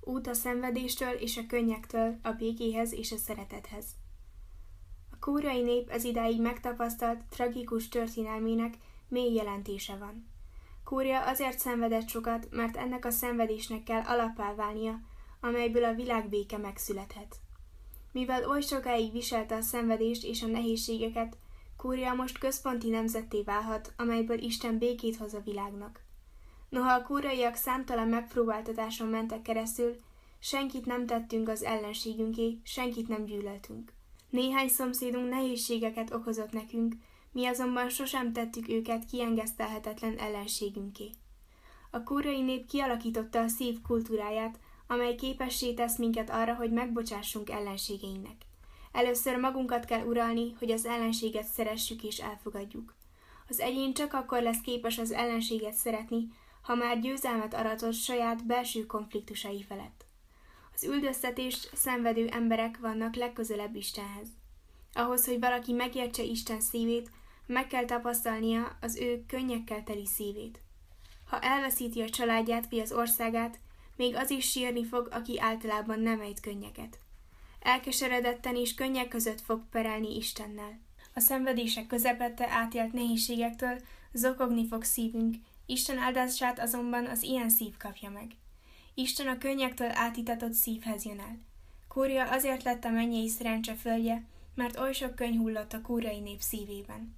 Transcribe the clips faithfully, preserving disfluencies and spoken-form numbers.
Út a szenvedéstől és a könnyektől a békéhez és a szeretethez. A koreai nép ez idáig megtapasztalt tragikus történelmének mély jelentése van. Korea azért szenvedett sokat, mert ennek a szenvedésnek kell alappá válnia, amelyből a világbéke megszülethet. Mivel oly sokáig viselte a szenvedést és a nehézségeket, Korea most központi nemzetté válhat, amelyből Isten békét hoz a világnak. Noha a koreaiak számtalan megpróbáltatáson mentek keresztül, senkit nem tettünk az ellenségünké, senkit nem gyűlöltünk. Néhány szomszédunk nehézségeket okozott nekünk, mi azonban sosem tettük őket kiengesztelhetetlen ellenségünké. A koreai nép kialakította a szív kultúráját, amely képessé tesz minket arra, hogy megbocsássunk ellenségeinknek. Először magunkat kell uralni, hogy az ellenséget szeressük és elfogadjuk. Az egyén csak akkor lesz képes az ellenséget szeretni, ha már győzelmet aratott saját belső konfliktusai felett. Az üldöztetést szenvedő emberek vannak legközelebb Istenhez. Ahhoz, hogy valaki megértse Isten szívét, meg kell tapasztalnia az ő könnyekkel teli szívét. Ha elveszíti a családját vagy az országát, még az is sírni fog, aki általában nem ejt könnyeket. Elkeseredetten és könnyek között fog perelni Istennel. A szenvedések közepette átélt nehézségektől zokogni fog szívünk, Isten áldását azonban az ilyen szív kapja meg. Isten a könnyektől átitatott szívhez jön el. Korea azért lett a mennyei szerencse földje, mert oly sok könny hullott a koreai nép szívében.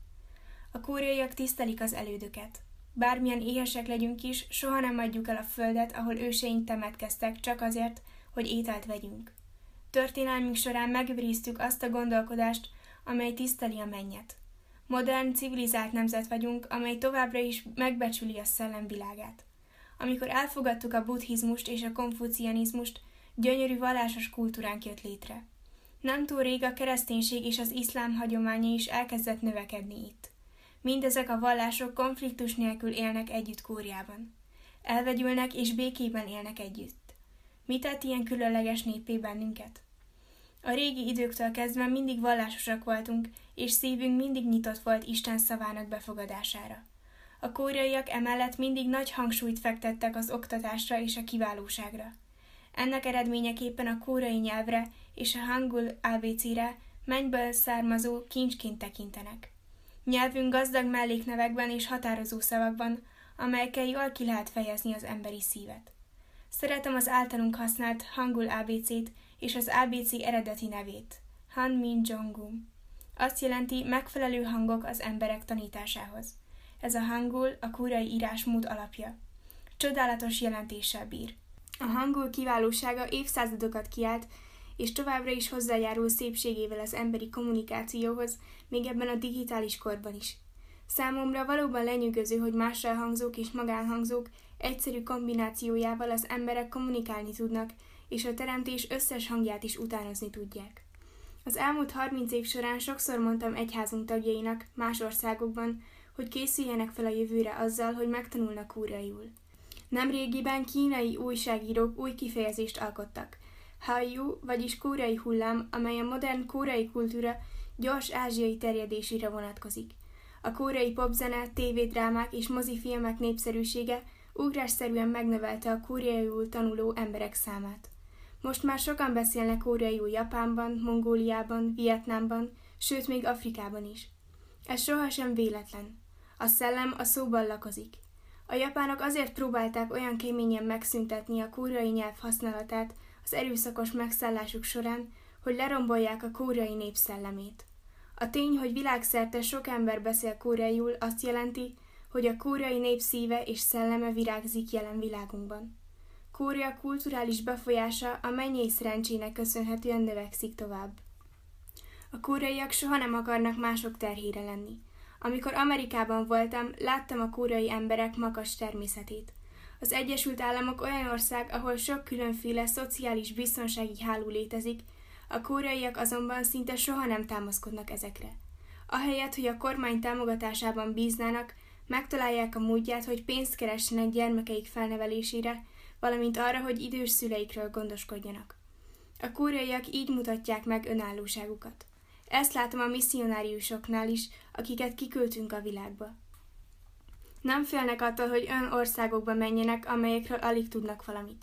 A koreaiak tisztelik az elődöket. Bármilyen éhesek legyünk is, soha nem adjuk el a földet, ahol őseink temetkeztek, csak azért, hogy ételt vegyünk. Történelmünk során megőriztük azt a gondolkodást, amely tiszteli a mennyet. Modern, civilizált nemzet vagyunk, amely továbbra is megbecsüli a szellem világát. Amikor elfogadtuk a buddhizmust és a konfucianizmust, gyönyörű vallásos kultúránk jött létre. Nem túl rég a kereszténység és az iszlám hagyománya is elkezdett növekedni itt. Mindezek a vallások konfliktus nélkül élnek együtt Kóreában. Elvegyülnek és békében élnek együtt. Mi tett ilyen különleges néppé bennünket? A régi időktől kezdve mindig vallásosak voltunk, és szívünk mindig nyitott volt Isten szavának befogadására. A koreaiak emellett mindig nagy hangsúlyt fektettek az oktatásra és a kiválóságra. Ennek eredményeképpen a koreai nyelvre és a hangul á bé cére mennyből származó kincsként tekintenek. Nyelvünk gazdag melléknevekben és határozó szavakban, amelyekkel jól ki lehet fejezni az emberi szívet. Szeretem az általunk használt hangul á bé cét és az á bé cé eredeti nevét, Hanmin Jeongeum. Azt jelenti megfelelő hangok az emberek tanításához. Ez a hangul a koreai írásmód alapja. Csodálatos jelentéssel bír. A hangul kiválósága évszázadokat kiállt, és továbbra is hozzájárul szépségével az emberi kommunikációhoz, még ebben a digitális korban is. Számomra valóban lenyűgöző, hogy más elhangzók és magánhangzók egyszerű kombinációjával az emberek kommunikálni tudnak, és a teremtés összes hangját is utánozni tudják. Az elmúlt harminc év során sokszor mondtam egyházunk tagjainak más országokban, hogy készüljenek fel a jövőre azzal, hogy megtanulnak koreaiul. Nemrégiben kínai újságírók új kifejezést alkottak. Hallyu, vagyis koreai hullám, amely a modern koreai kultúra gyors ázsiai terjedésére vonatkozik. A koreai popzene, tévédrámák és mozifilmek népszerűsége ugrásszerűen megnövelte a koreaiul tanuló emberek számát. Most már sokan beszélnek koreaiul Japánban, Mongóliában, Vietnámban, sőt még Afrikában is. Ez sohasem véletlen. A szellem a szóban lakozik. A japánok azért próbálták olyan keményen megszüntetni a koreai nyelv használatát az erőszakos megszállásuk során, hogy lerombolják a koreai nép szellemét. A tény, hogy világszerte sok ember beszél koreaiul, azt jelenti, hogy a koreai nép szíve és szelleme virágzik jelen világunkban. Korea kulturális befolyása a mennyei szerencsének köszönhetően növekszik tovább. A koreaiak soha nem akarnak mások terhére lenni. Amikor Amerikában voltam, láttam a koreai emberek makacs természetét. Az Egyesült Államok olyan ország, ahol sok különféle szociális biztonsági háló létezik, a koreaiak azonban szinte soha nem támaszkodnak ezekre. Ahelyett, hogy a kormány támogatásában bíznának, megtalálják a módját, hogy pénzt keressenek gyermekeik felnevelésére, valamint arra, hogy idős szüleikről gondoskodjanak. A koreaiak így mutatják meg önállóságukat. Ezt látom a misszionáriusoknál is, akiket kiküldtünk a világba. Nem félnek attól, hogy olyan országokba menjenek, amelyekről alig tudnak valamit.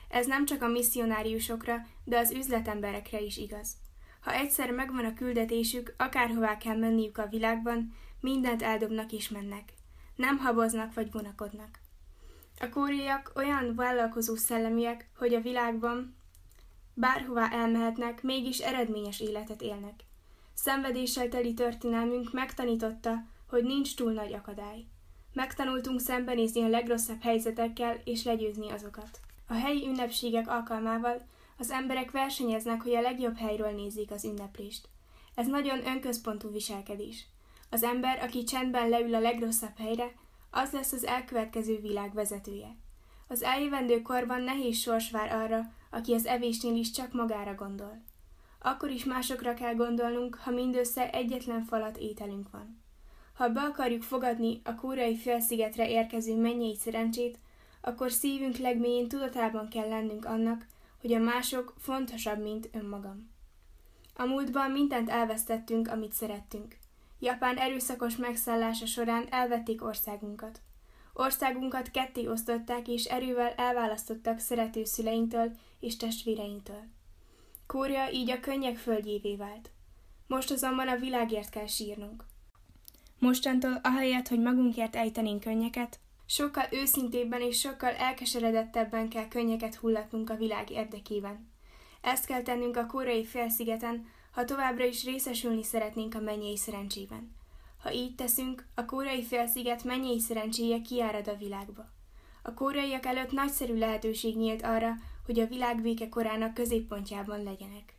Ez nem csak a misszionáriusokra, de az üzletemberekre is igaz. Ha egyszer megvan a küldetésük, akárhová kell menniük a világban, mindent eldobnak és mennek. Nem haboznak vagy vonakodnak. A kóriaiak olyan vállalkozó szelleműek, hogy a világban bárhová elmehetnek, mégis eredményes életet élnek. Szenvedéssel teli történelmünk megtanította, hogy nincs túl nagy akadály. Megtanultunk szembenézni a legrosszabb helyzetekkel és legyőzni azokat. A helyi ünnepségek alkalmával az emberek versenyeznek, hogy a legjobb helyről nézzék az ünneplést. Ez nagyon önközpontú viselkedés. Az ember, aki csendben leül a legrosszabb helyre, az lesz az elkövetkező világ vezetője. Az eljövendő korban nehéz sors vár arra, aki az evésnél is csak magára gondol. Akkor is másokra kell gondolnunk, ha mindössze egyetlen falat ételünk van. Ha be akarjuk fogadni a Kóreai félszigetre érkező mennyei szerencsét, akkor szívünk legmélyén tudatában kell lennünk annak, hogy a mások fontosabb, mint önmagam. A múltban mindent elvesztettünk, amit szerettünk. Japán erőszakos megszállása során elvették országunkat. Országunkat ketté osztották és erővel elválasztottak szerető szüleinktől és testvéreinktől. Korea így a könnyek földjévé vált. Most azonban a világért kell sírnunk. Mostantól ahelyett, hogy magunkért ejtenénk könnyeket, sokkal őszintébben és sokkal elkeseredettebben kell könnyeket hullatnunk a világ érdekében. Ezt kell tennünk a Kóreai félszigeten, ha továbbra is részesülni szeretnénk a mennyei szerencsében. Ha így teszünk, a Kóreai félsziget mennyei szerencséje kiárad a világba. A kóreaiak előtt nagyszerű lehetőség nyílt arra, hogy a világ béke korának középpontjában legyenek.